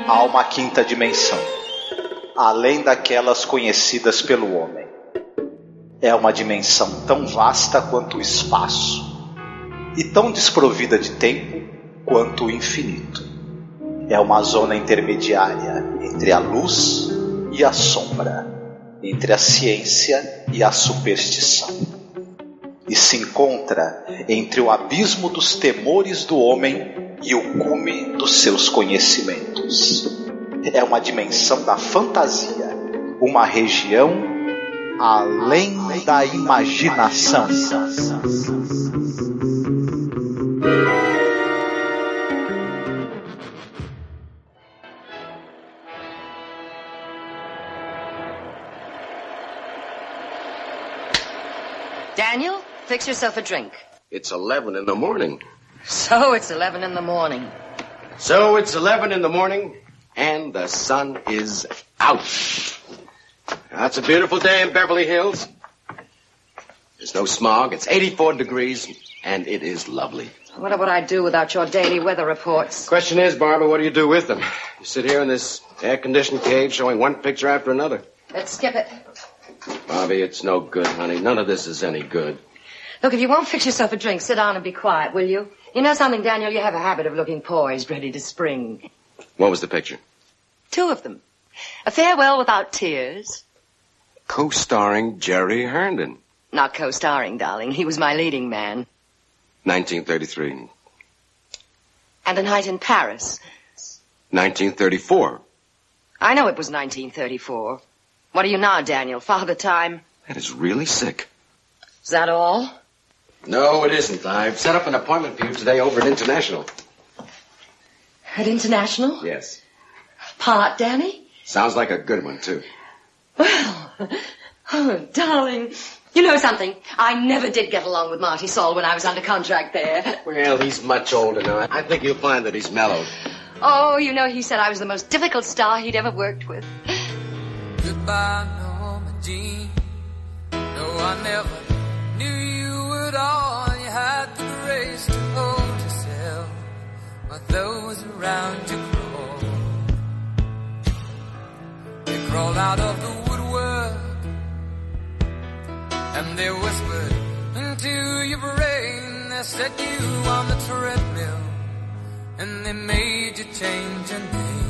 Há uma quinta dimensão, além daquelas conhecidas pelo homem. É uma dimensão tão vasta quanto o espaço, e tão desprovida de tempo quanto o infinito. É uma zona intermediária entre a luz e a sombra, entre a ciência e a superstição. E se encontra entre o abismo dos temores do homem e o cume dos seus conhecimentos. É uma dimensão da fantasia, uma região além da imaginação. Daniel, fix yourself a drink. It's 11 in the morning. So it's 11 in the morning. So it's 11 in the morning, and the sun is out. Now, it's a beautiful day in Beverly Hills. There's no smog. It's 84 degrees, and it is lovely. What would I do without your daily weather reports? Question is, Barbara, what do you do with them? You sit here in this air-conditioned cave showing one picture after another. Let's skip it. Bobby, it's no good, honey. None of this is any good. Look, if you won't fix yourself a drink, sit down and be quiet, will you? You know something, Daniel? You have a habit of looking poised, ready to spring. What was the picture? 2 of them. A Farewell Without Tears. Co-starring Jerry Herndon. Not co-starring, darling. He was my leading man. 1933. And A Night in Paris. 1934. I know it was 1934. What are you now, Daniel? Father Time? That is really sick. Is that all? No, it isn't. I've set up an appointment for you today over at International. At International? Yes. Part, Danny? Sounds like a good one, too. Well, oh, darling. You know something? I never did get along with Marty Saul when I was under contract there. Well, he's much older now. I think you'll find that he's mellowed. Oh, you know, he said I was the most difficult star he'd ever worked with. Goodbye, Norma Jean. No, I never knew you at all. You had the grace to hold yourself while those around you crawl. They crawled out of the woodwork and they whispered into your brain. They set you on the treadmill and they made you change your name.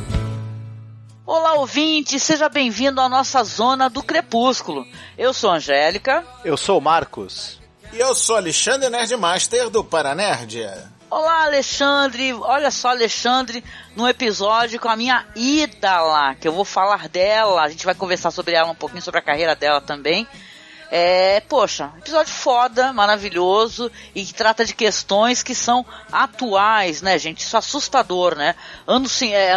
Olá, ouvinte, seja bem-vindo à nossa Zona do Crepúsculo. Eu sou a Angélica. Eu sou o Marcos. E eu sou Alexandre Nerdmaster do Paranerdia. Olá, Alexandre. Olha só, Alexandre, num episódio com a minha ídola, que eu vou falar dela. A gente vai conversar sobre ela um pouquinho, sobre a carreira dela também. Poxa, episódio foda, maravilhoso, e que trata de questões que são atuais, né, gente? Isso é assustador, né? Anos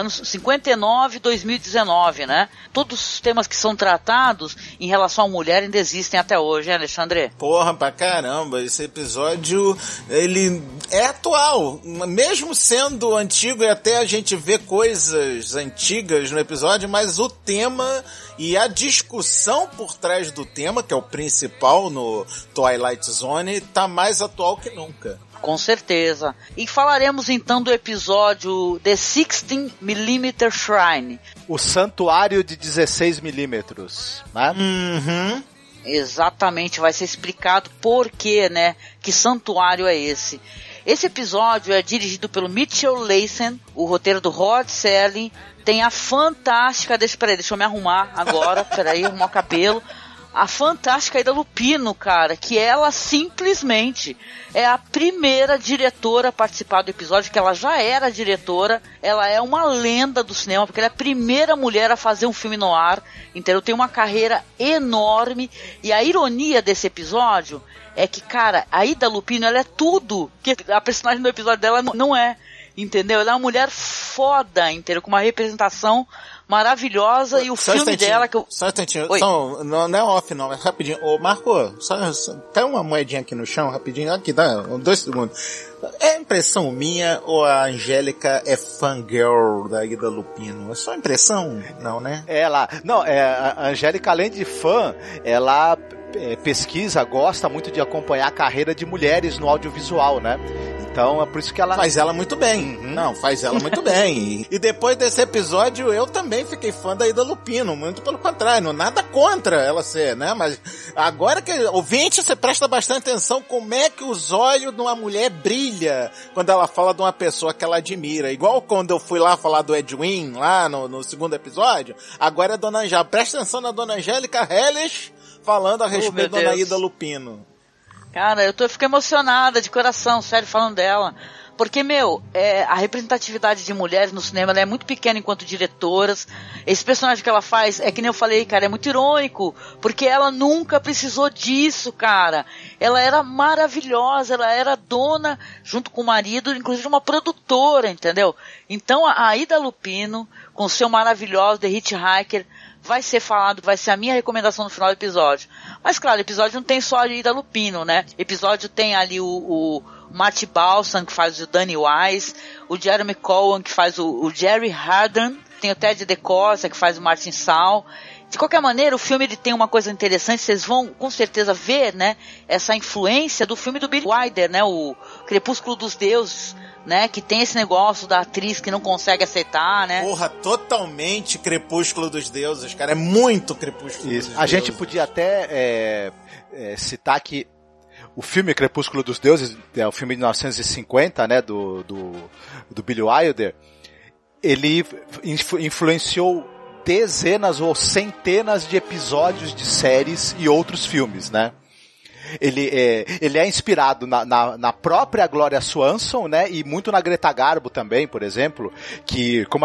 59 e 2019, né? Todos os temas que são tratados em relação à mulher ainda existem até hoje, hein, Alexandre? Porra, pra caramba, esse episódio, ele é atual, mesmo sendo antigo, e até a gente vê coisas antigas no episódio, mas o tema e a discussão por trás do tema, que é o principal no Twilight Zone, tá mais atual que nunca. Com certeza. E falaremos então do episódio The 16mm Shrine. O Santuário de 16mm, né? Uhum. Exatamente, vai ser explicado por quê, né? Que santuário é esse? Esse episódio é dirigido pelo Mitchell Lacen, o roteiro do Rod Serling. Tem a fantástica, deixa eu me arrumar agora, arrumar o cabelo. A fantástica Ida Lupino, cara, que ela simplesmente é a primeira diretora a participar do episódio, que ela já era diretora, ela é uma lenda do cinema, porque ela é a primeira mulher a fazer um filme no ar, entendeu? Tem uma carreira enorme, e a ironia desse episódio é que, cara, a Ida Lupino, ela é tudo que a personagem do episódio dela não é, entendeu? Ela é uma mulher foda, entendeu? Com uma representação maravilhosa, e o só filme dela que eu... Só um instantinho, não é off não, é rapidinho. Ô Marco, tá uma moedinha aqui no chão, rapidinho, aqui, dá 2 segundos. É impressão minha ou a Angélica é fangirl da Ida Lupino? É só impressão? Não, né? A Angélica, além de fã, ela pesquisa, gosta muito de acompanhar a carreira de mulheres no audiovisual, né? Então é por isso que ela... Faz ela muito bem. Não, faz ela muito bem. E depois desse episódio, eu também fiquei fã da Ida Lupino. Muito pelo contrário, nada contra ela ser, né? Mas agora que... Ouvinte, você presta bastante atenção como é que os olhos de uma mulher brilha quando ela fala de uma pessoa que ela admira. Igual quando eu fui lá falar do Edwin, lá no segundo episódio. Agora é a Dona Angélica. Presta atenção na Dona Angélica Helles falando a respeito da Dona Ida Lupino. Cara, eu fico emocionada de coração, sério, falando dela. Porque, a representatividade de mulheres no cinema ela é muito pequena enquanto diretoras. Esse personagem que ela faz, é que nem eu falei, cara, é muito irônico. Porque ela nunca precisou disso, cara. Ela era maravilhosa, ela era dona, junto com o marido, inclusive uma produtora, entendeu? Então, a Ida Lupino, com o seu maravilhoso The Hitchhiker, vai ser falado, vai ser a minha recomendação no final do episódio. Mas claro, o episódio não tem só a Ida Lupino, né? O episódio tem ali o Matt Balsam, que faz o Danny Wise, o Jeremy Cohen, que faz o Jerry Harden, tem o Ted DeCosta, que faz o Martin Saul. De qualquer maneira, o filme ele tem uma coisa interessante, vocês vão com certeza ver, né, essa influência do filme do Billy Wilder, né, o Crepúsculo dos Deuses, né, que tem esse negócio da atriz que não consegue aceitar, né. Porra, totalmente Crepúsculo dos Deuses, cara, é muito Crepúsculo dos Deuses. A gente podia até citar que o filme Crepúsculo dos Deuses, é o filme de 1950, né, do Billy Wilder, ele influenciou dezenas ou centenas de episódios de séries e outros filmes, né? Ele é inspirado na própria Gloria Swanson, né? E muito na Greta Garbo também, por exemplo, que como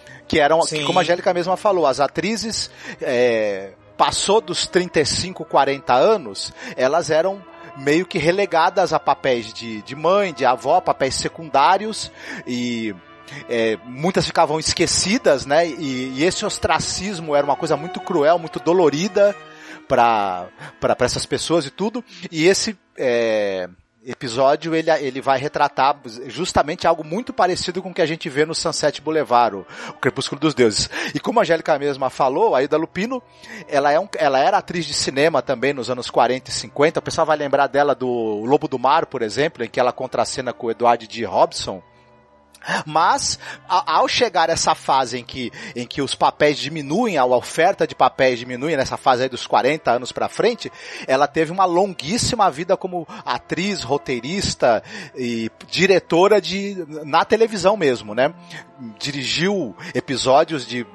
a Angélica mesma falou, as atrizes passou dos 35, 40 anos, elas eram meio que relegadas a papéis de mãe, de avó, papéis secundários, e muitas ficavam esquecidas, né? E esse ostracismo era uma coisa muito cruel, muito dolorida para essas pessoas e tudo. E esse episódio ele vai retratar justamente algo muito parecido com o que a gente vê no Sunset Boulevard, o Crepúsculo dos Deuses. E como a Angélica mesma falou, a Ida Lupino, ela era atriz de cinema também nos anos 40 e 50. O pessoal vai lembrar dela do Lobo do Mar, por exemplo, em que ela contracena com o Edward G. Robson. Mas, ao chegar essa fase em que os papéis diminuem, a oferta de papéis diminui, nessa fase aí dos 40 anos pra frente, ela teve uma longuíssima vida como atriz, roteirista e diretora na televisão mesmo, né? Dirigiu episódios de...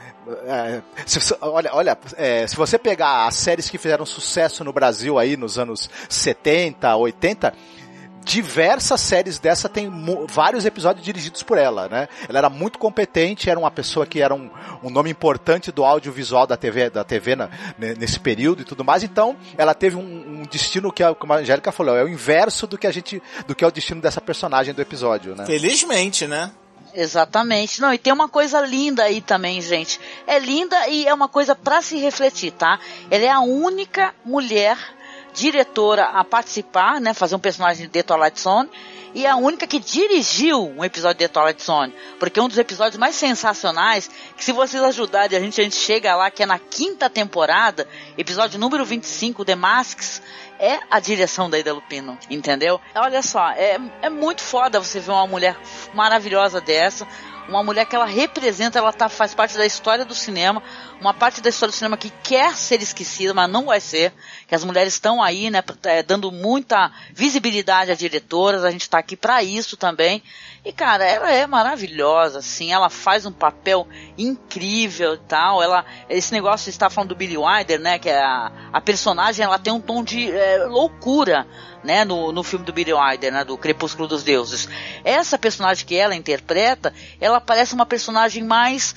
se você pegar as séries que fizeram sucesso no Brasil aí nos anos 70, 80... diversas séries dessa tem vários episódios dirigidos por ela, né? Ela era muito competente, era uma pessoa que era um nome importante do audiovisual da TV nesse período e tudo mais. Então, ela teve um destino que, como a Angélica falou, é o inverso do que é o destino dessa personagem do episódio, né? Felizmente, né? Exatamente. Não, e tem uma coisa linda aí também, gente. É linda e é uma coisa pra se refletir, tá? Ela é a única mulher diretora a participar, né, fazer um personagem de The Twilight Zone, e a única que dirigiu um episódio de The Twilight Zone, porque é um dos episódios mais sensacionais, que se vocês ajudarem a gente chega lá, que é na 5ª temporada, episódio número 25, The Masks, é a direção da Ida Lupino, entendeu? Olha só, é muito foda você ver uma mulher maravilhosa dessa, uma mulher que ela representa, faz parte da história do cinema, uma parte da história do cinema que quer ser esquecida, mas não vai ser, que as mulheres estão aí, né, dando muita visibilidade a diretoras, a gente está aqui para isso também, e cara, ela é maravilhosa, assim, ela faz um papel incrível e tal, esse negócio, você está falando do Billy Wilder, né, que é a personagem, ela tem um tom de loucura, né, no filme do Billy Wilder, né, do Crepúsculo dos Deuses. Essa personagem que ela interpreta, ela parece uma personagem mais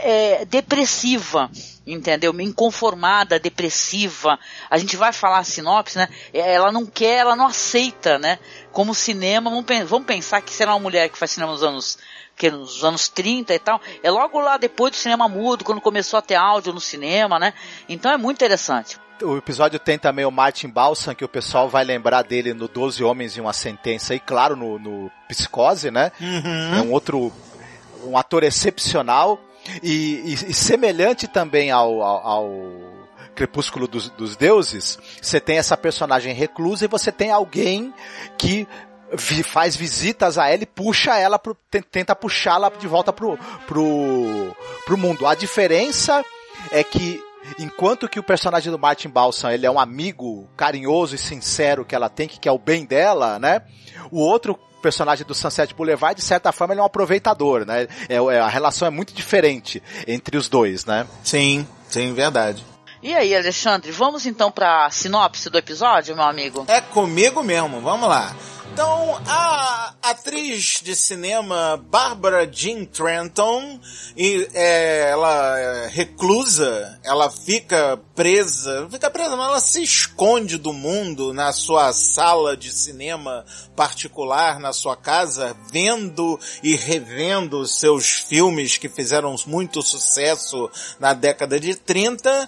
depressiva, entendeu? Inconformada, depressiva. A gente vai falar a sinopse, né? Ela não quer, ela não aceita, né? Como cinema, vamos pensar que será uma mulher que faz cinema nos anos 30 e tal, é logo lá depois do cinema mudo, quando começou a ter áudio no cinema, né? Então é muito interessante. O episódio tem também o Martin Balsam, que o pessoal vai lembrar dele no 12 Homens e uma Sentença, e claro, no Psicose, né? Uhum. É um ator excepcional, e semelhante também ao Crepúsculo dos Deuses, você tem essa personagem reclusa e você tem alguém que faz visitas a ela e puxa ela, tenta puxá-la de volta pro mundo. A diferença é que, enquanto que o personagem do Martin Balsam, ele é um amigo carinhoso e sincero que ela tem, que quer o bem dela, né? O outro personagem do Sunset Boulevard, de certa forma, ele é um aproveitador, né? A relação é muito diferente entre os dois, né? Sim, verdade. E aí, Alexandre, vamos então pra sinopse do episódio, meu amigo? É comigo mesmo, vamos lá. Então, a atriz de cinema Barbara Jean Trenton, ela é reclusa, ela fica presa não, ela se esconde do mundo na sua sala de cinema particular, na sua casa, vendo e revendo os seus filmes que fizeram muito sucesso na década de 30,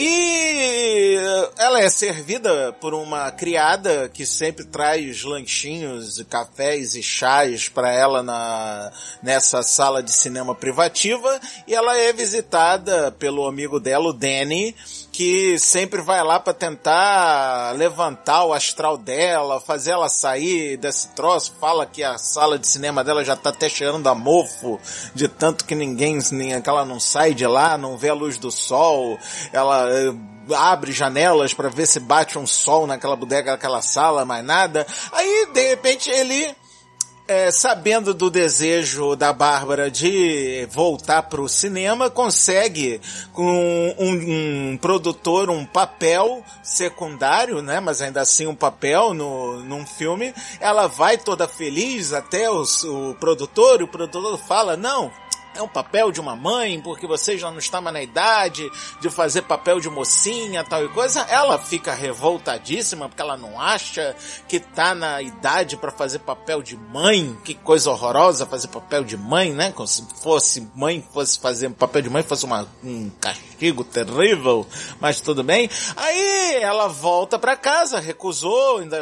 e ela é servida por uma criada que sempre traz lanchinhos, cafés e chás para ela nessa sala de cinema privativa, e ela é visitada pelo amigo dela, o Danny, que sempre vai lá para tentar levantar o astral dela, fazer ela sair desse troço, fala que a sala de cinema dela já tá até cheirando a mofo, de tanto que que ela não sai de lá, não vê a luz do sol, ela abre janelas para ver se bate um sol naquela bodega, naquela sala, mais nada. Aí, de repente, ele, sabendo do desejo da Bárbara de voltar pro cinema, consegue com um produtor um papel secundário, né, mas ainda assim um papel num filme. Ela vai toda feliz até o produtor, e o produtor fala: não, é um papel de uma mãe, porque você já não está mais na idade de fazer papel de mocinha, tal e coisa. Ela fica revoltadíssima, porque ela não acha que tá na idade para fazer papel de mãe. Que coisa horrorosa fazer papel de mãe, né? Como se fosse mãe, fosse fazer papel de mãe, fosse um castigo terrível, mas tudo bem. Aí ela volta para casa, recusou, ainda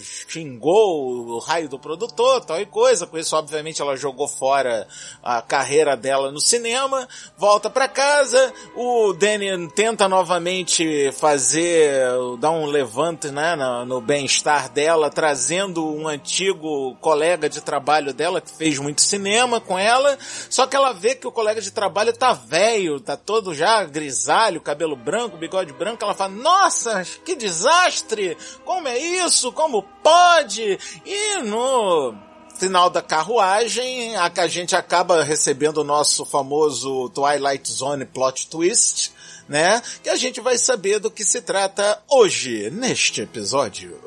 xingou o raio do produtor, tal e coisa. Com isso, obviamente, ela jogou fora a carreira dela no cinema, volta pra casa, o Danny tenta novamente dar um levante, né, no bem-estar dela, trazendo um antigo colega de trabalho dela, que fez muito cinema com ela, só que ela vê que o colega de trabalho tá velho, tá todo já grisalho, cabelo branco, bigode branco. Ela fala: nossa, que desastre, como é isso, como pode? E no final da carruagem, a gente acaba recebendo o nosso famoso Twilight Zone plot twist, né? Que a gente vai saber do que se trata hoje, neste episódio.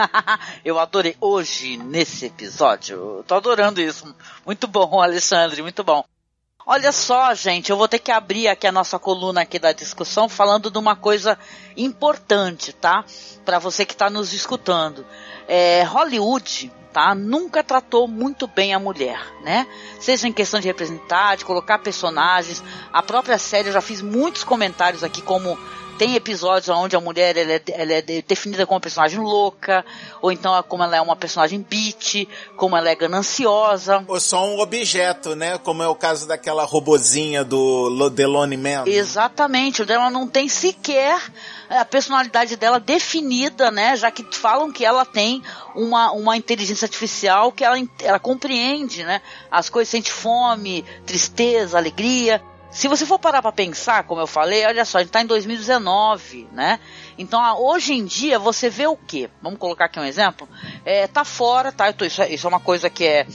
Eu adorei hoje, nesse episódio. Eu tô adorando isso. Muito bom, Alexandre, muito bom. Olha só, gente, eu vou ter que abrir aqui a nossa coluna aqui da discussão falando de uma coisa importante, tá? Para você que tá nos escutando. Hollywood, tá, nunca tratou muito bem a mulher, né? Seja em questão de representar, de colocar personagens. A própria série, eu já fiz muitos comentários aqui, como tem episódios onde a mulher ela é definida como uma personagem louca, ou então como ela é uma personagem bitch, como ela é gananciosa. Ou só um objeto, né? Como é o caso daquela robozinha do The Lonely Man. Exatamente, ela não tem sequer a personalidade dela definida, né? Já que falam que ela tem uma inteligência artificial, que ela compreende, né? As coisas, sente fome, tristeza, alegria. Se você for parar para pensar, como eu falei, olha só, a gente está em 2019, né? Então, hoje em dia, você vê o quê? Vamos colocar aqui um exemplo. Tá fora, tá? Isso é uma coisa que é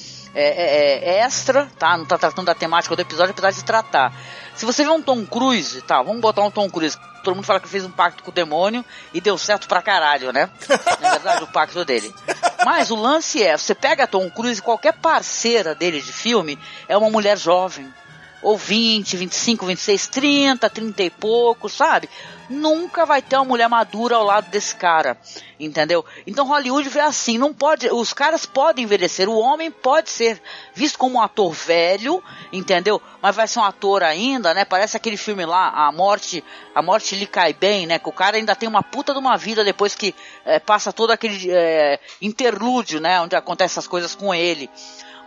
extra, tá? Não tá tratando da temática do episódio, apesar de tratar. Se você vê um Tom Cruise, tá? Vamos botar um Tom Cruise. Todo mundo fala que fez um pacto com o demônio e deu certo pra caralho, né? Na verdade, o pacto dele. Mas o lance você pega Tom Cruise, qualquer parceira dele de filme é uma mulher jovem. Ou 20, 25, 26, 30 e pouco, sabe? Nunca vai ter uma mulher madura ao lado desse cara, entendeu? Então Hollywood vê assim, não pode, os caras podem envelhecer, o homem pode ser visto como um ator velho, entendeu? Mas vai ser um ator ainda, né? Parece aquele filme lá, A Morte lhe cai bem, né? Que o cara ainda tem uma puta de uma vida depois que passa todo aquele interlúdio, né? Onde acontecem essas coisas com ele.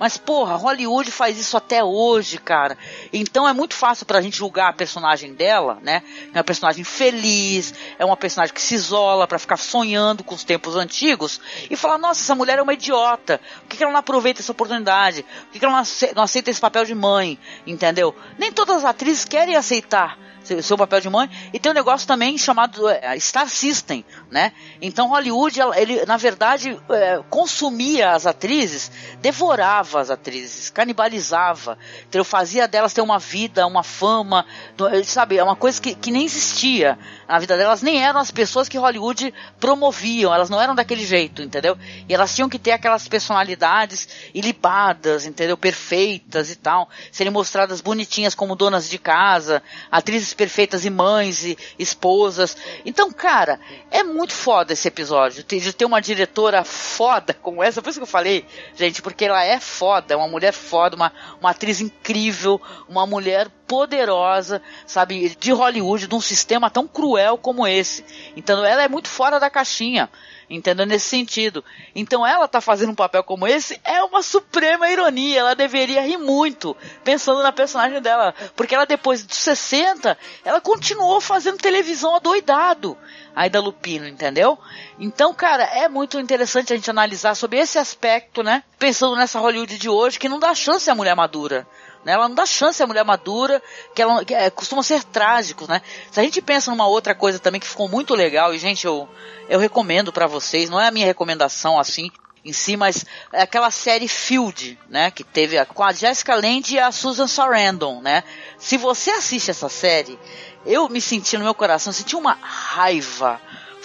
Mas, porra, Hollywood faz isso até hoje, cara. Então é muito fácil pra gente julgar a personagem dela, né? É uma personagem feliz, é uma personagem que se isola pra ficar sonhando com os tempos antigos e falar, nossa, essa mulher é uma idiota. Por que ela não aproveita essa oportunidade? Por que ela não aceita esse papel de mãe? Entendeu? Nem todas as atrizes querem aceitar seu papel de mãe, e tem um negócio também chamado Star System, né? Então Hollywood, ele na verdade consumia as atrizes, devorava as atrizes, canibalizava, então fazia delas ter uma vida, uma fama, sabe, é uma coisa que nem existia na vida delas, nem eram as pessoas que Hollywood promoviam, elas não eram daquele jeito, entendeu? E elas tinham que ter aquelas personalidades ilibadas, entendeu? Perfeitas e tal, serem mostradas bonitinhas como donas de casa, atrizes perfeitas e mães e esposas. Então, cara, é muito foda esse episódio, de ter uma diretora foda como essa, por isso que eu falei, gente, porque ela é foda, é uma mulher foda, uma atriz incrível, uma mulher poderosa, sabe, de Hollywood, de um sistema tão cruel como esse. Então ela é muito fora da caixinha, entendeu? Nesse sentido. Então ela tá fazendo um papel como esse, é uma suprema ironia, ela deveria rir muito, pensando na personagem dela, porque ela depois dos 60, ela continuou fazendo televisão adoidado, a Ida Lupino, entendeu? Então, cara, é muito interessante a gente analisar sobre esse aspecto, né? Pensando nessa Hollywood de hoje, que não dá chance à mulher madura. Né? Ela não dá chance à mulher madura, costuma ser trágico, né? Se a gente pensa numa outra coisa também que ficou muito legal, e gente, eu recomendo pra vocês, não é a minha recomendação assim em si, mas é aquela série Field, né, que teve com a Jessica Lange e a Susan Sarandon, né? Se você assiste essa série, eu me senti no meu coração, senti uma raiva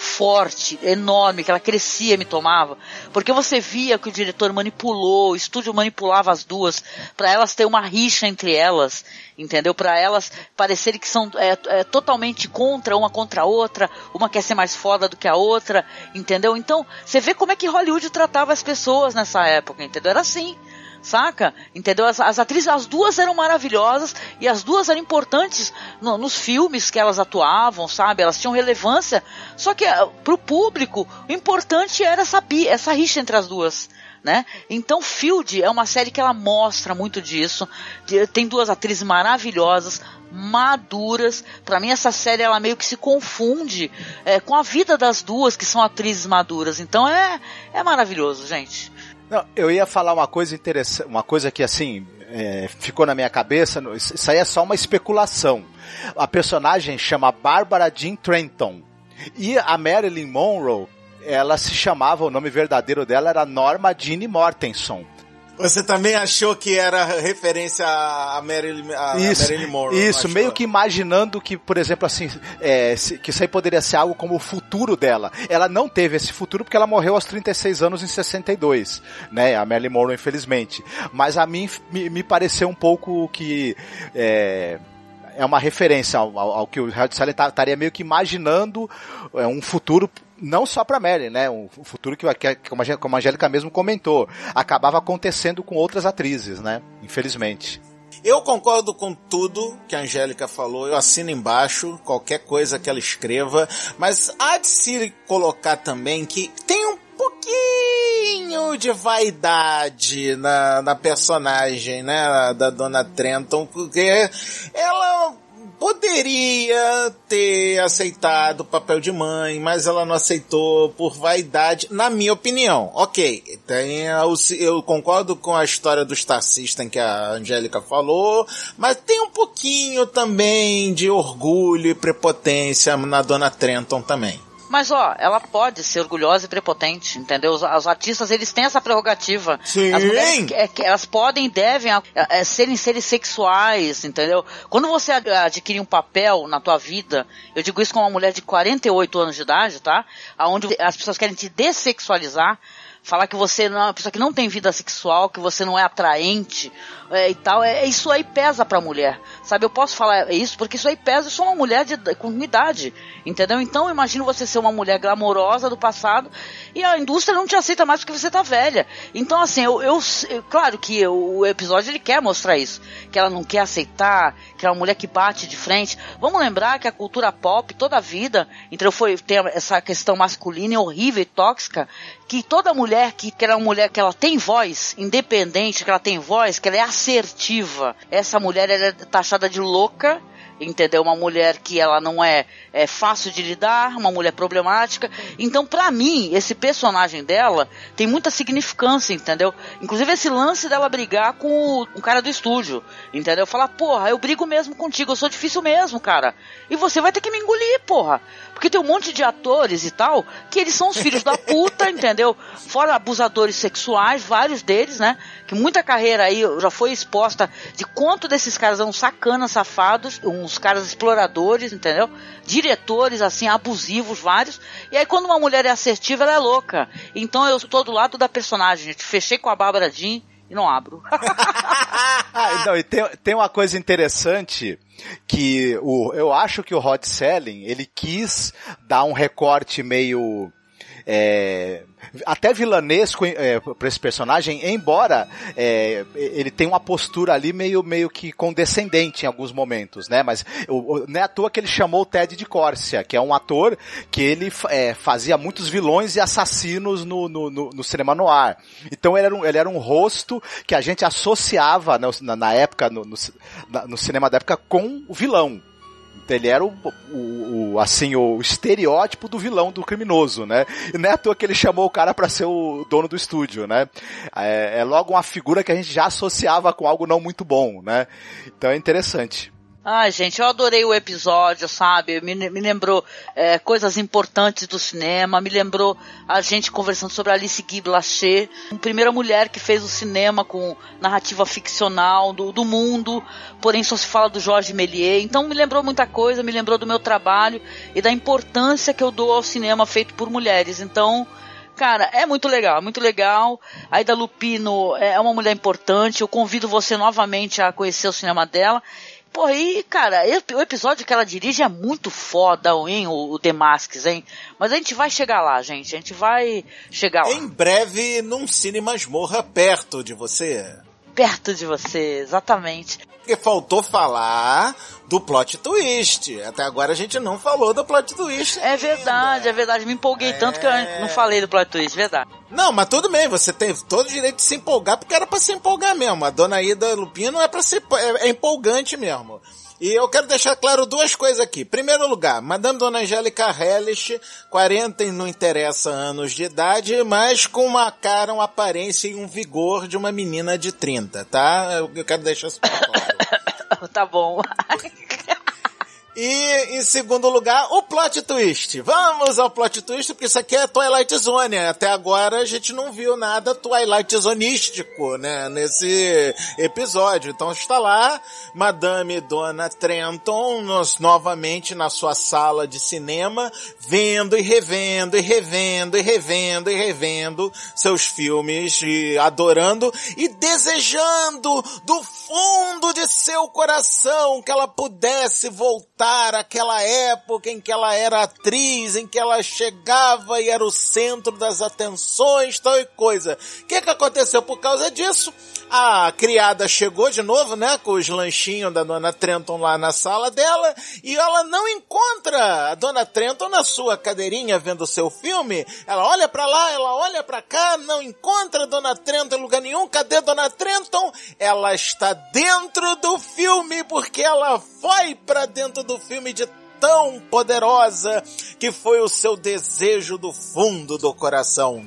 forte, enorme, que ela crescia e me tomava, porque você via que o diretor manipulou, o estúdio manipulava as duas, para elas ter uma rixa entre elas, entendeu? Para elas parecerem que são totalmente contra a outra, uma quer ser mais foda do que a outra, entendeu? Então, você vê como é que Hollywood tratava as pessoas nessa época, entendeu? Era assim, saca? Entendeu? As atrizes, as duas eram maravilhosas e as duas eram importantes nos filmes que elas atuavam, sabe? Elas tinham relevância, só que pro público o importante era essa rixa entre as duas, né? Então Field é uma série que ela mostra muito disso, tem duas atrizes maravilhosas, maduras. Pra mim essa série ela meio que se confunde com a vida das duas que são atrizes maduras, então é maravilhoso, gente. Não, eu ia falar uma coisa interessante, uma coisa que assim ficou na minha cabeça. Isso aí é só uma especulação. A personagem chama Barbara Jean Trenton e a Marilyn Monroe, ela se chamava, o nome verdadeiro dela era Norma Jean Mortenson. Você também achou que era referência a Marilyn Monroe? Isso, meio que imaginando que, por exemplo, assim, que isso aí poderia ser algo como o futuro dela. Ela não teve esse futuro porque ela morreu aos 36 anos em 62, né? A Marilyn Monroe, infelizmente. Mas a mim me pareceu um pouco que é uma referência ao que o Rod Serling estaria meio que imaginando um futuro não só para Mary, né? Um futuro que, como a Angélica mesmo comentou, acabava acontecendo com outras atrizes, né? Infelizmente. Eu concordo com tudo que a Angélica falou, eu assino embaixo, qualquer coisa que ela escreva, mas há de se colocar também que tem um pouquinho de vaidade na personagem, né, da Dona Trenton, porque ela poderia ter aceitado o papel de mãe, mas ela não aceitou por vaidade, na minha opinião. Ok, eu concordo com a história do Star System que a Angélica falou, mas tem um pouquinho também de orgulho e prepotência na Dona Trenton também. Mas, ela pode ser orgulhosa e prepotente, entendeu? Os artistas, eles têm essa prerrogativa. Sim! As mulheres, elas podem e devem serem seres sexuais, entendeu? Quando você adquire um papel na tua vida, eu digo isso com uma mulher de 48 anos de idade, tá? Onde as pessoas querem te dessexualizar, falar que você não é uma pessoa que não tem vida sexual, que você não é atraente e tal, isso aí pesa pra mulher, sabe? Eu posso falar isso porque isso aí pesa, eu sou uma mulher com idade, entendeu? Então imagino você ser uma mulher glamourosa do passado e a indústria não te aceita mais porque você tá velha. Então assim, claro que o episódio ele quer mostrar isso, que ela não quer aceitar, que é uma mulher que bate de frente. Vamos lembrar que a cultura pop toda a vida, então tem essa questão masculina horrível e tóxica, que toda mulher mulher que ela é uma mulher que ela tem voz, independente, que ela tem voz, que ela é assertiva. Essa mulher, ela é taxada de louca, entendeu? Uma mulher que ela não é fácil de lidar, uma mulher problemática. Então, pra mim, esse personagem dela tem muita significância, entendeu? Inclusive esse lance dela brigar com o cara do estúdio, entendeu? Falar, porra, eu brigo mesmo contigo, eu sou difícil mesmo, cara. E você vai ter que me engolir, porra. Porque tem um monte de atores e tal, que eles são os filhos da puta, entendeu? Fora abusadores sexuais, vários deles, né? Que muita carreira aí já foi exposta de quanto desses caras eram sacanas, safados, uns caras exploradores, entendeu? Diretores, assim, abusivos, vários. E aí quando uma mulher é assertiva, ela é louca. Então eu estou do lado da personagem, gente. Fechei com a Bárbara Jean e não abro. Não, e tem uma coisa interessante que eu acho que o Rod Serling, ele quis dar um recorte meio até vilanesco para esse personagem, embora ele tenha uma postura ali meio que condescendente em alguns momentos, né? Mas não é à toa que ele chamou o Ted de Córcia, que é um ator que ele fazia muitos vilões e assassinos no cinema noir. Então ele era um rosto que a gente associava na época, no cinema da época, com o vilão. Ele era o estereótipo do vilão, do criminoso, né? E não é à toa que ele chamou o cara pra ser o dono do estúdio, né? É logo uma figura que a gente já associava com algo não muito bom, né? Então é interessante. Ai, gente, eu adorei o episódio, sabe? Me lembrou coisas importantes do cinema, me lembrou a gente conversando sobre a Alice Guy Blaché, a primeira mulher que fez o cinema com narrativa ficcional do mundo, porém só se fala do Georges Méliès. Então me lembrou muita coisa, me lembrou do meu trabalho e da importância que eu dou ao cinema feito por mulheres. Então, cara, é muito legal, muito legal. A Ida Lupino é uma mulher importante, eu convido você novamente a conhecer o cinema dela. Pô, e, cara, o episódio que ela dirige é muito foda, hein, o The Masks, hein? Mas a gente vai chegar lá, gente, a gente vai chegar lá. Em breve, num Cine Masmorra perto de você. Perto de você, exatamente. Porque faltou falar do plot twist. Até agora a gente não falou do plot twist. É verdade, me empolguei tanto que eu não falei do plot twist, verdade. Não, mas tudo bem, você tem todo o direito de se empolgar, porque era pra se empolgar mesmo. A dona Ida Lupino é pra ser é empolgante mesmo. E eu quero deixar claro duas coisas aqui. Primeiro lugar, Madame Dona Angélica Hellish, 40 e não interessa anos de idade, mas com uma cara, uma aparência e um vigor de uma menina de 30, tá? Eu quero deixar isso claro. Tá bom. E, em segundo lugar, o plot twist. Vamos ao plot twist, porque isso aqui é Twilight Zone. Até agora a gente não viu nada Twilight Zonístico, né, nesse episódio. Então está lá, Madame Dona Trenton, novamente na sua sala de cinema, vendo e revendo e revendo e revendo e revendo seus filmes e adorando e desejando do fundo de seu coração que ela pudesse voltar àquela época em que ela era atriz, em que ela chegava e era o centro das atenções, tal e coisa. O que aconteceu por causa disso? A criada chegou de novo, né, com os lanchinhos da Dona Trenton lá na sala dela, e ela não encontra a Dona Trenton na sua cadeirinha vendo o seu filme. Ela olha pra lá, ela olha pra cá, não encontra a Dona Trenton em lugar nenhum. Cadê a Dona Trenton? Ela está dentro do filme, porque ela foi pra dentro do filme de tão poderosa que foi o seu desejo do fundo do coração.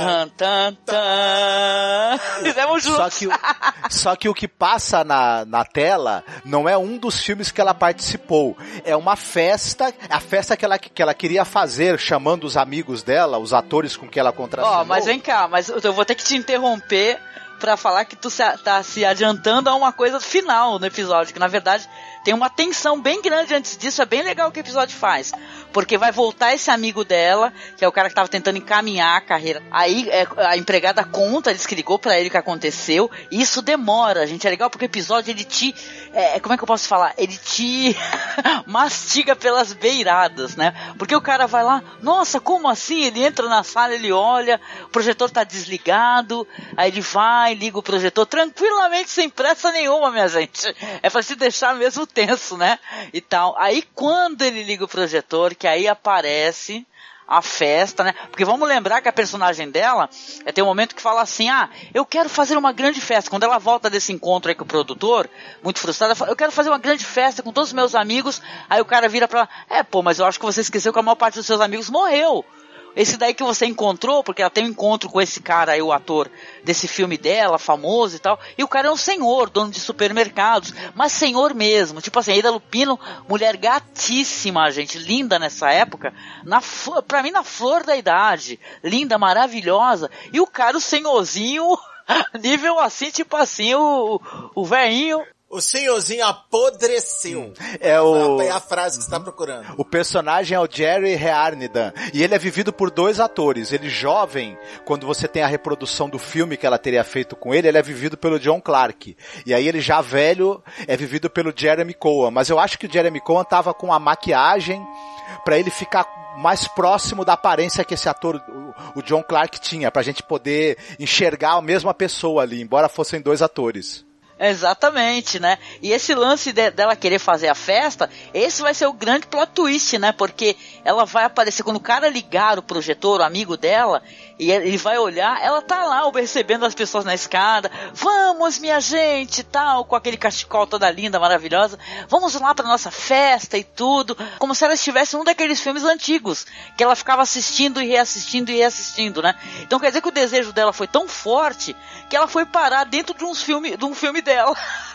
Fizemos juntos. Só que o que passa na tela não é um dos filmes que ela participou. É uma festa, a festa que ela queria fazer, chamando os amigos dela, os atores com que ela contracenou. Mas vem cá, mas eu vou ter que te interromper pra falar que tu tá se adiantando a uma coisa final no episódio, que na verdade tem uma tensão bem grande antes disso. É bem legal o que o episódio faz, porque vai voltar esse amigo dela, que é o cara que tava tentando encaminhar a carreira. Aí a empregada conta, diz que ligou pra ele o que aconteceu, e isso demora, gente. É legal porque o episódio, ele te como é que eu posso falar? Ele te mastiga pelas beiradas, né? Porque o cara vai lá, nossa, como assim? Ele entra na sala, ele olha, o projetor tá desligado, aí ele vai, liga o projetor tranquilamente, sem pressa nenhuma, minha gente. É pra se deixar mesmo tenso, né? E tal. Aí quando ele liga o projetor, que aí aparece a festa, né? Porque vamos lembrar que a personagem dela tem um momento que fala assim, eu quero fazer uma grande festa. Quando ela volta desse encontro aí com o produtor, muito frustrada, ela fala, eu quero fazer uma grande festa com todos os meus amigos. Aí o cara vira pra ela, mas eu acho que você esqueceu que a maior parte dos seus amigos morreu. Esse daí que você encontrou, porque ela tem um encontro com esse cara aí, o ator desse filme dela, famoso e tal, e o cara é um senhor, dono de supermercados, mas senhor mesmo, tipo assim, Ida Lupino, mulher gatíssima, gente, linda nessa época, pra mim na flor da idade, linda, maravilhosa, e o cara, o senhorzinho, nível assim, tipo assim, o velhinho. O senhorzinho apodreceu. É a frase que você está procurando. O personagem é o Jerry Rearnidan. E ele é vivido por 2 atores. Ele jovem, quando você tem a reprodução do filme que ela teria feito com ele é vivido pelo John Clark. E aí ele já velho é vivido pelo Jeremy Cohen. Mas eu acho que o Jeremy Cohen tava com a maquiagem para ele ficar mais próximo da aparência que esse ator, o John Clark, tinha. Pra gente poder enxergar a mesma pessoa ali, embora fossem 2 atores. Exatamente, né? E esse lance dela querer fazer a festa, esse vai ser o grande plot twist, né? Porque ela vai aparecer, quando o cara ligar o projetor, o amigo dela, e ele vai olhar, ela tá lá recebendo as pessoas na escada, vamos minha gente, tal, com aquele cachecol toda linda, maravilhosa, vamos lá pra nossa festa e tudo, como se ela estivesse em um daqueles filmes antigos, que ela ficava assistindo e reassistindo, né? Então quer dizer que o desejo dela foi tão forte, que ela foi parar dentro de um filme dela.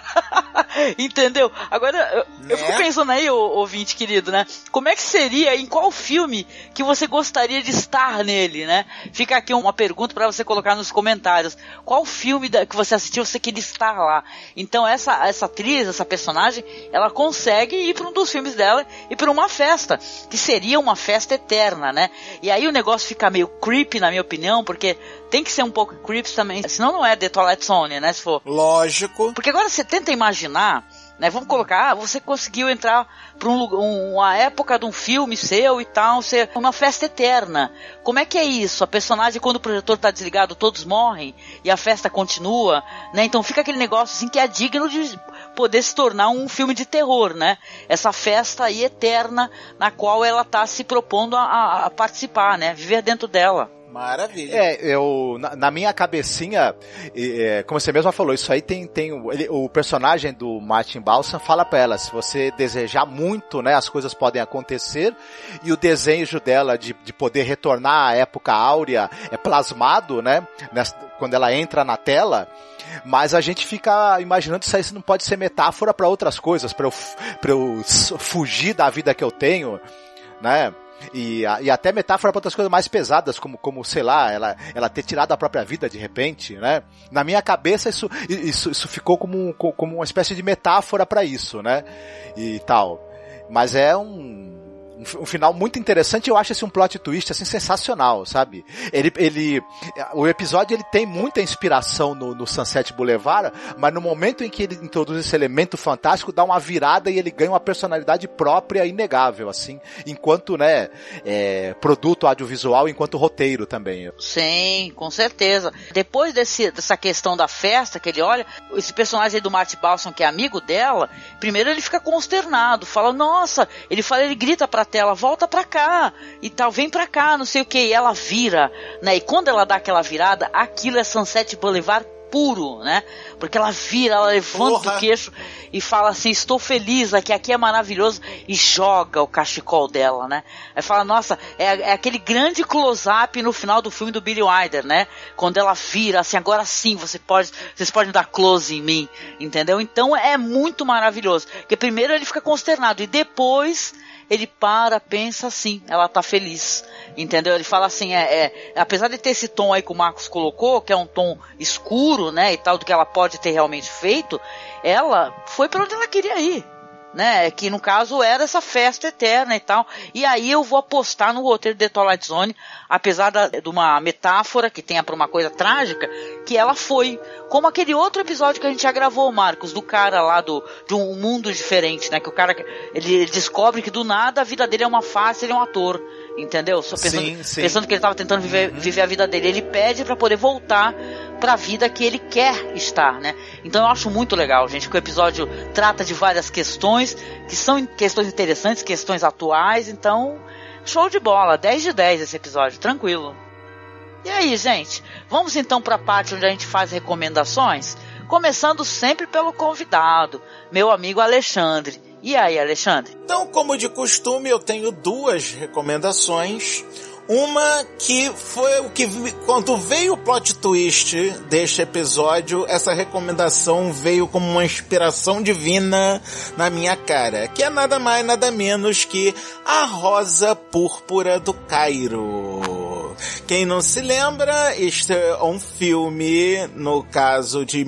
Entendeu? Agora, eu fico pensando aí, ouvinte querido, né? Como é que seria, em qual filme que você gostaria de estar nele, né? Fica aqui uma pergunta para você colocar nos comentários. Qual filme que você assistiu você queria estar lá? Então essa atriz, essa personagem, ela consegue ir para um dos filmes dela e para uma festa, que seria uma festa eterna, né? E aí o negócio fica meio creepy, na minha opinião, porque tem que ser um pouco creepy também, senão não é The Twilight Zone, né? Se for. Lógico. Porque agora você tenta imaginar, né? Vamos colocar, você conseguiu entrar para uma época de um filme seu e tal, ser uma festa eterna. Como é que é isso? A personagem, quando o projetor está desligado, todos morrem e a festa continua, né? Então fica aquele negócio assim que é digno de poder se tornar um filme de terror, né? Essa festa aí eterna na qual ela está se propondo a participar, né? Viver dentro dela. Maravilha. Na minha cabecinha, como você mesma falou, isso aí tem o personagem do Martin Balsam fala pra ela, se você desejar muito, né, as coisas podem acontecer, e o desejo dela de poder retornar à época áurea é plasmado, né, quando ela entra na tela, mas a gente fica imaginando se isso não pode ser metáfora pra outras coisas, pra eu fugir da vida que eu tenho, né? E até metáfora para outras coisas mais pesadas, como sei lá, ela ter tirado a própria vida de repente, né? Na minha cabeça isso ficou como uma espécie de metáfora para isso, né? E tal. Mas é um final muito interessante. Eu acho esse um plot twist assim sensacional, sabe? O episódio ele tem muita inspiração no Sunset Boulevard, mas no momento em que ele introduz esse elemento fantástico, dá uma virada e ele ganha uma personalidade própria inegável, assim, enquanto, né, produto audiovisual, enquanto roteiro também. Sim, com certeza. Depois dessa questão da festa que ele olha, esse personagem aí do Martin Balsam, que é amigo dela, primeiro ele fica consternado, fala, nossa, ele grita pra tela, volta pra cá, e tal, vem pra cá, não sei o que, e ela vira, né, e quando ela dá aquela virada, aquilo é Sunset Boulevard puro, né, porque ela vira, ela levanta o queixo e fala assim, estou feliz, aqui é maravilhoso, e joga o cachecol dela, né, aí fala, nossa, é aquele grande close-up no final do filme do Billy Wilder, né, quando ela vira, assim, agora sim, vocês podem dar close em mim, entendeu, então é muito maravilhoso, porque primeiro ele fica consternado, e depois ele pensa assim, ela tá feliz, entendeu? Ele fala assim, apesar de ter esse tom aí que o Marcos colocou, que é um tom escuro, né, e tal, do que ela pode ter realmente feito, ela foi para onde ela queria ir, né, que no caso era essa festa eterna e tal, e aí eu vou apostar no roteiro de The Twilight Zone, apesar de uma metáfora que tenha para uma coisa trágica, que ela foi, como aquele outro episódio que a gente já gravou, Marcos, do cara lá de um mundo diferente, né, que o cara, ele descobre que do nada a vida dele é uma farsa, ele é um ator, entendeu? Só pensando que ele estava tentando viver a vida dele, ele pede para poder voltar para a vida que ele quer estar, né? Então eu acho muito legal, gente, que o episódio trata de várias questões, que são questões interessantes, questões atuais, então show de bola, 10 de 10 esse episódio, tranquilo. E aí, gente, vamos então para a parte onde a gente faz recomendações, começando sempre pelo convidado, meu amigo Alexandre. E aí, Alexandre? Então, como de costume, eu tenho 2 recomendações. Uma que foi o que, quando veio o plot twist deste episódio, essa recomendação veio como uma inspiração divina na minha cara, que é nada mais, nada menos que A Rosa Púrpura do Cairo. Quem não se lembra, este é um filme, no caso de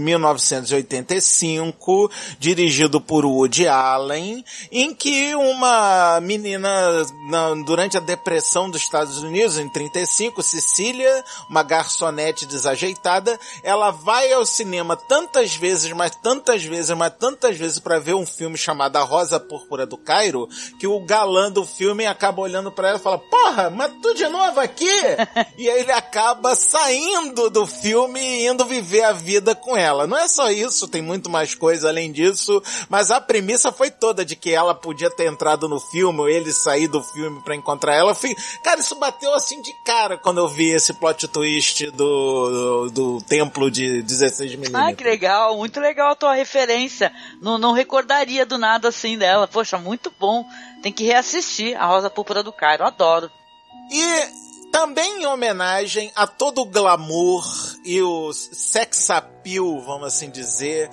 1985, dirigido por Woody Allen, em que uma menina, durante a depressão dos Estados Unidos, em 35, Cecília, uma garçonete desajeitada, ela vai ao cinema tantas vezes, mas tantas vezes, mas tantas vezes para ver um filme chamado A Rosa Púrpura do Cairo, que o galã do filme acaba olhando para ela e fala: porra, mas tu de novo aqui? E aí ele acaba saindo do filme e indo viver a vida com ela. Não é só isso, tem muito mais coisa além disso, mas a premissa foi toda de que ela podia ter entrado no filme, ou ele sair do filme pra encontrar ela. Cara, isso bateu assim de cara quando eu vi esse plot twist do templo de 16mm. Ah, que legal, muito legal a tua referência. Não recordaria do nada assim dela. Poxa, muito bom. Tem que reassistir A Rosa Púrpura do Cairo, adoro. E também em homenagem a todo o glamour e o sex appeal, vamos assim dizer,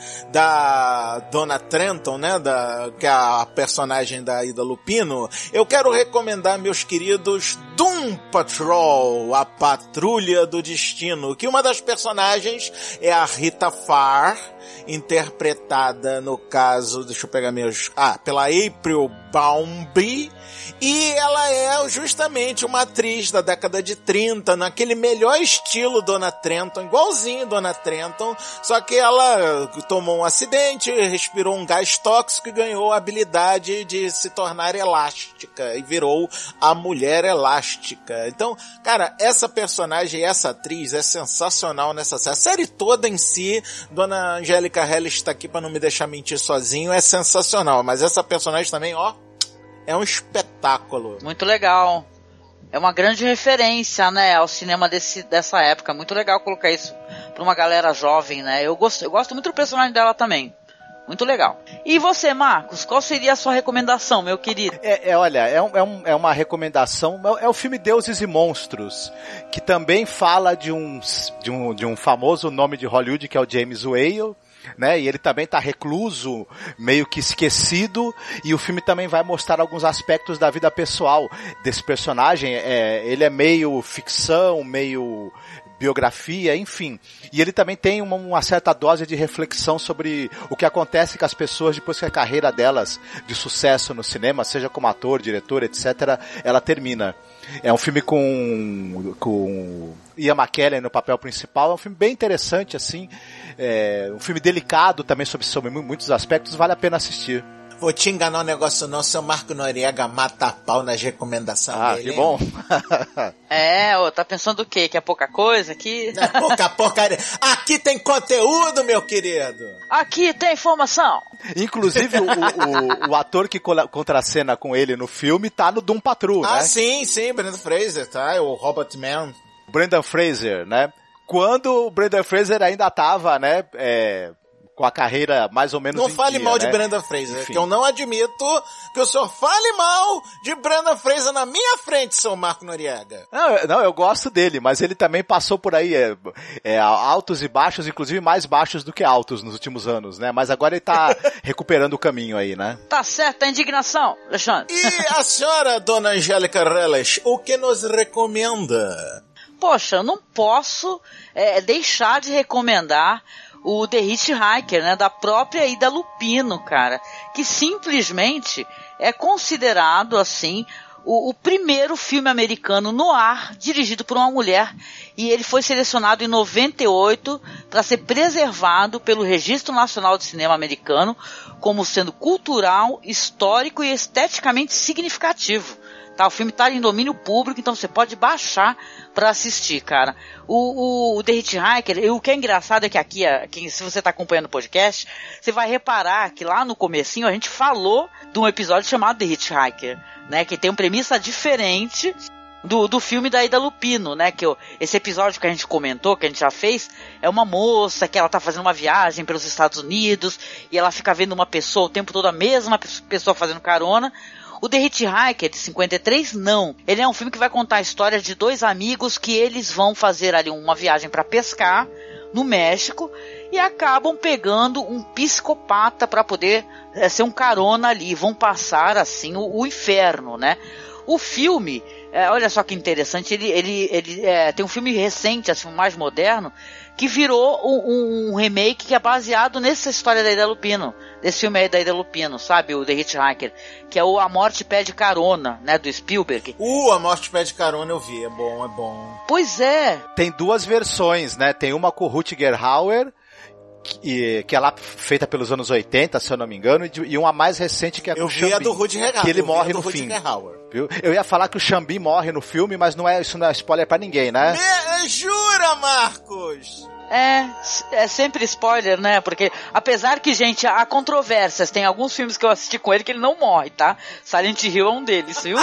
da Donna Trenton, né, que é a personagem da Ida Lupino, eu quero recomendar, meus queridos, Doom Patrol, a Patrulha do Destino, que uma das personagens é a Rita Farr, interpretada, no caso, deixa eu pegar pela April Baumby, e ela é justamente uma atriz da década de 30, naquele melhor estilo Donna Trenton, igualzinho Donna Trenton, só que ela tomou um acidente, respirou um gás tóxico e ganhou a habilidade de se tornar elástica, e virou a Mulher Elástica. Então, cara, essa personagem, essa atriz é sensacional nessa série. A série toda em si, Dona Angélica Hellis está aqui para não me deixar mentir sozinho, é sensacional, mas essa personagem também, ó, é um espetáculo. Muito legal. É uma grande referência, né, ao cinema dessa época. Muito legal colocar isso pra uma galera jovem, né? Eu gosto muito do personagem dela também. Muito legal. E você, Marcos, qual seria a sua recomendação, meu querido? Olha, é uma recomendação, é o filme Deuses e Monstros, que também fala de um famoso nome de Hollywood, que é o James Whale, né? E ele também tá recluso, meio que esquecido, e o filme também vai mostrar alguns aspectos da vida pessoal desse personagem. Ele é meio ficção, meio biografia, enfim. E ele também tem uma certa dose de reflexão sobre o que acontece com as pessoas depois que a carreira delas de sucesso no cinema, seja como ator, diretor, etc., ela termina. É um filme com Ian McKellen no papel principal. É um filme bem interessante, assim. Um filme delicado também sobre muitos aspectos. Vale a pena assistir. Vou te enganar um negócio não, seu Marco Noriega mata a pau nas recomendações dele. Ah, que bom. Tá pensando o quê? Que é pouca coisa aqui? É pouca porcaria. Aqui tem conteúdo, meu querido. Aqui tem informação. Inclusive, o ator que contracena com ele no filme tá no Doom Patrol, né? Ah, sim, Brendan Fraser, tá? O Robert Mann. Brendan Fraser, né? Quando o Brendan Fraser ainda tava, né, com a carreira mais ou menos não fale dia, mal, né, de né? Brendan Fraser, Enfim. que eu não admito que o senhor fale mal de Brendan Fraser na minha frente, seu Marco Noriega. Não, eu gosto dele, mas ele também passou por aí altos e baixos, inclusive mais baixos do que altos nos últimos anos, né? Mas agora ele tá recuperando o caminho aí, né? Tá certo a indignação, Alexandre. E a senhora, dona Angélica Hellis, o que nos recomenda? Poxa, eu não posso deixar de recomendar o The Hitchhiker, né, da própria Ida Lupino, cara, que simplesmente é considerado, assim, o primeiro filme americano no ar dirigido por uma mulher, e ele foi selecionado em 98 para ser preservado pelo Registro Nacional de Cinema Americano como sendo cultural, histórico e esteticamente significativo. tá? O filme tá em domínio público, então você pode baixar pra assistir, cara. O The Hitchhiker, o que é engraçado é que aqui, se você tá acompanhando o podcast, você vai reparar que lá no comecinho a gente falou de um episódio chamado The Hitchhiker, né? Que tem uma premissa diferente do filme da Ida Lupino, né? Que esse episódio que a gente comentou, que a gente já fez, é uma moça que ela tá fazendo uma viagem pelos Estados Unidos e ela fica vendo uma pessoa o tempo todo, a mesma pessoa fazendo carona. O The Hitchhiker, de 53, não. Ele é um filme que vai contar a história de dois amigos que eles vão fazer ali uma viagem para pescar no México e acabam pegando um psicopata para poder ser um carona ali. Vão passar, assim, o inferno, né? O filme, olha só que interessante, ele tem um filme recente, assim, mais moderno, que virou um remake que é baseado nessa história da Ida Lupino, desse filme aí da Ida Lupino, sabe, o The Hitchhiker, que é o A Morte Pede Carona, né, do Spielberg. A Morte Pede Carona eu vi, é bom. Pois é. Tem duas versões, né, tem uma com o Rutger Hauer, que é lá feita pelos anos 80, se eu não me engano, e uma mais recente que é com o Xambin. Eu vi a do Rutger Hauer. Que ele morre no fim. Viu? Eu ia falar que o Xambin morre no filme, mas isso não é spoiler pra ninguém, né? Jura, Marcos? É sempre spoiler, né? Porque, apesar que, gente, há controvérsias. Tem alguns filmes que eu assisti com ele que ele não morre, tá? Silent Hill é um deles, viu?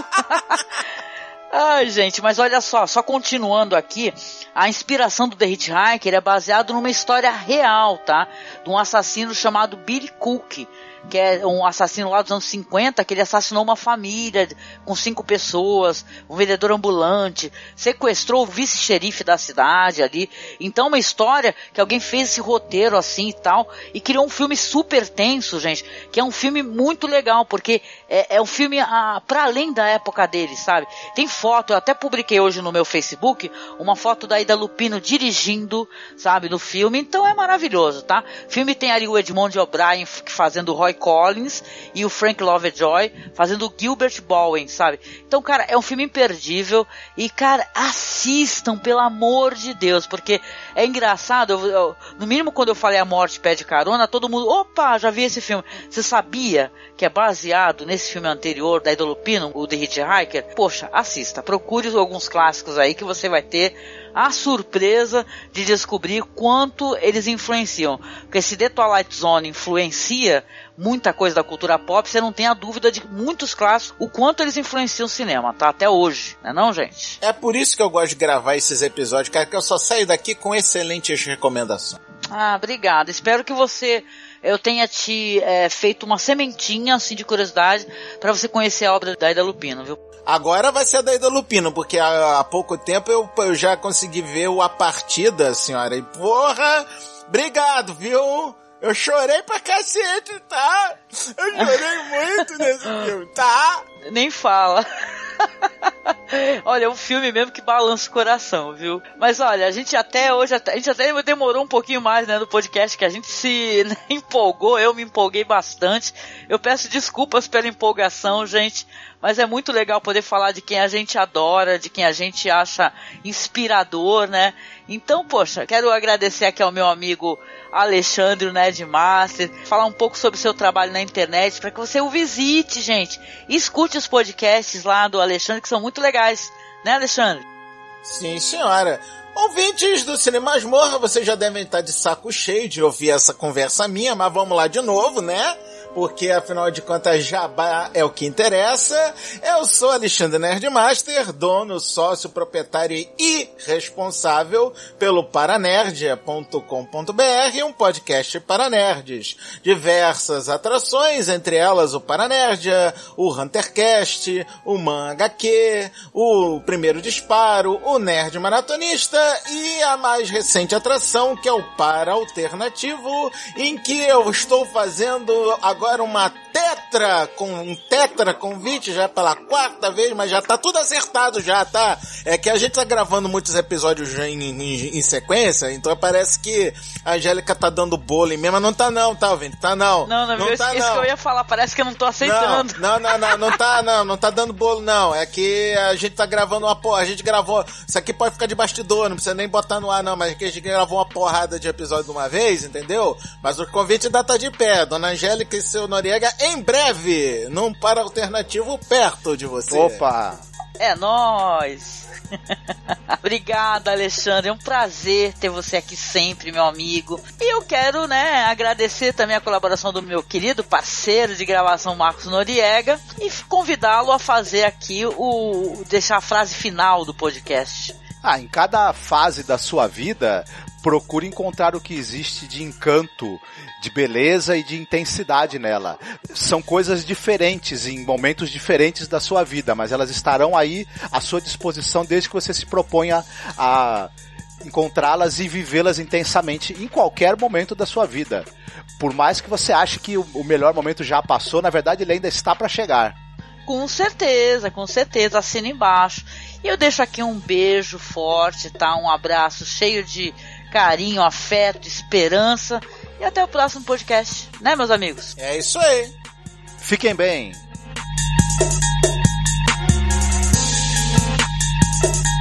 Ai, gente, mas olha só continuando aqui, a inspiração do The Hitchhiker é baseado numa história real, tá? De um assassino chamado Billy Cook, que é um assassino lá dos anos 50, que ele assassinou uma família com 5 pessoas, um vendedor ambulante, sequestrou o vice-xerife da cidade ali. Então uma história que alguém fez esse roteiro assim e tal, e criou um filme super tenso, gente, que é um filme muito legal, porque é um filme pra além da época dele, sabe? Tem foto, eu até publiquei hoje no meu Facebook, uma foto da Ida Lupino dirigindo, sabe, no filme, então é maravilhoso, tá? O filme tem ali o Edmond O'Brien fazendo o Roy Collins e o Frank Lovejoy fazendo o Gilbert Bowen, sabe? Então, cara, é um filme imperdível e, cara, assistam, pelo amor de Deus, porque é engraçado, no mínimo quando eu falei A Morte Pede Carona, todo mundo, opa, já vi esse filme. Você sabia que é baseado nesse filme anterior da Ida Lupino, o The Hitchhiker? Poxa, assista, procure alguns clássicos aí que você vai ter a surpresa de descobrir quanto eles influenciam. Porque se The Twilight Zone influencia muita coisa da cultura pop, você não tem a dúvida de muitos clássicos, o quanto eles influenciam o cinema, tá? Até hoje, não é não, gente? É por isso que eu gosto de gravar esses episódios, cara, que eu só saio daqui com excelentes recomendações. Ah, obrigado. Espero que eu tenha te feito uma sementinha, assim, de curiosidade, pra você conhecer a obra da Ida Lupino, viu? Agora vai ser a da Ida Lupino, porque há pouco tempo eu já consegui ver A Partida, senhora, e porra, obrigado, viu? Eu chorei pra cacete, tá? Eu chorei muito nesse filme, tá? Nem fala. Olha, é um filme mesmo que balança o coração, viu? Mas olha, a gente até demorou um pouquinho mais, né, no podcast, que a gente se empolgou, eu me empolguei bastante. Eu peço desculpas pela empolgação, gente, mas é muito legal poder falar de quem a gente adora, de quem a gente acha inspirador, né? Então, poxa, quero agradecer aqui ao meu amigo Alexandre, o Nerdmaster, falar um pouco sobre o seu trabalho na internet, para que você o visite, gente, e escute os podcasts lá do Alexandre, que são muito legais, né, Alexandre? Sim, senhora. Ouvintes do Cinema Masmorra, vocês já devem estar de saco cheio de ouvir essa conversa minha, mas vamos lá de novo, né? Porque, afinal de contas, jabá é o que interessa. Eu sou Alexandre Nerdmaster, dono, sócio, proprietário e responsável pelo paranerdia.com.br, um podcast para nerds. Diversas atrações, entre elas o Paranerdia, o Huntercast, o Man HQ, o Primeiro Disparo, o Nerd Maratonista e a mais recente atração, que é o Para Alternativo, em que eu estou fazendo agora uma tetra convite já pela 4ª vez, mas já tá tudo acertado já, tá? É que a gente tá gravando muitos episódios já em sequência, então parece que a Angélica tá dando bolo em mim, mas não tá não, tá, ouvinte? Tá não. Não tá isso que eu ia falar, parece que eu não tô aceitando. Não tá dando bolo não, é que a gente tá gravando a gente gravou, isso aqui pode ficar de bastidor, não precisa nem botar no ar não, mas aqui a gente gravou uma porrada de episódio de uma vez, entendeu? Mas o convite ainda tá de pé, Dona Angélica e seu Noriega em breve, num par alternativo perto de você. Opa! É nóis! Obrigada, Alexandre. É um prazer ter você aqui sempre, meu amigo. E eu quero, agradecer também a colaboração do meu querido parceiro de gravação, Marcos Noriega, e convidá-lo a fazer aqui deixar a frase final do podcast. Em cada fase da sua vida, procure encontrar o que existe de encanto, de beleza e de intensidade nela. São coisas diferentes, em momentos diferentes da sua vida, mas elas estarão aí à sua disposição desde que você se proponha a encontrá-las e vivê-las intensamente em qualquer momento da sua vida. Por mais que você ache que o melhor momento já passou, na verdade ele ainda está para chegar. Com certeza, assina embaixo. E eu deixo aqui um beijo forte, tá? Um abraço cheio de carinho, afeto, esperança. E até o próximo podcast, né, meus amigos? É isso aí. Fiquem bem.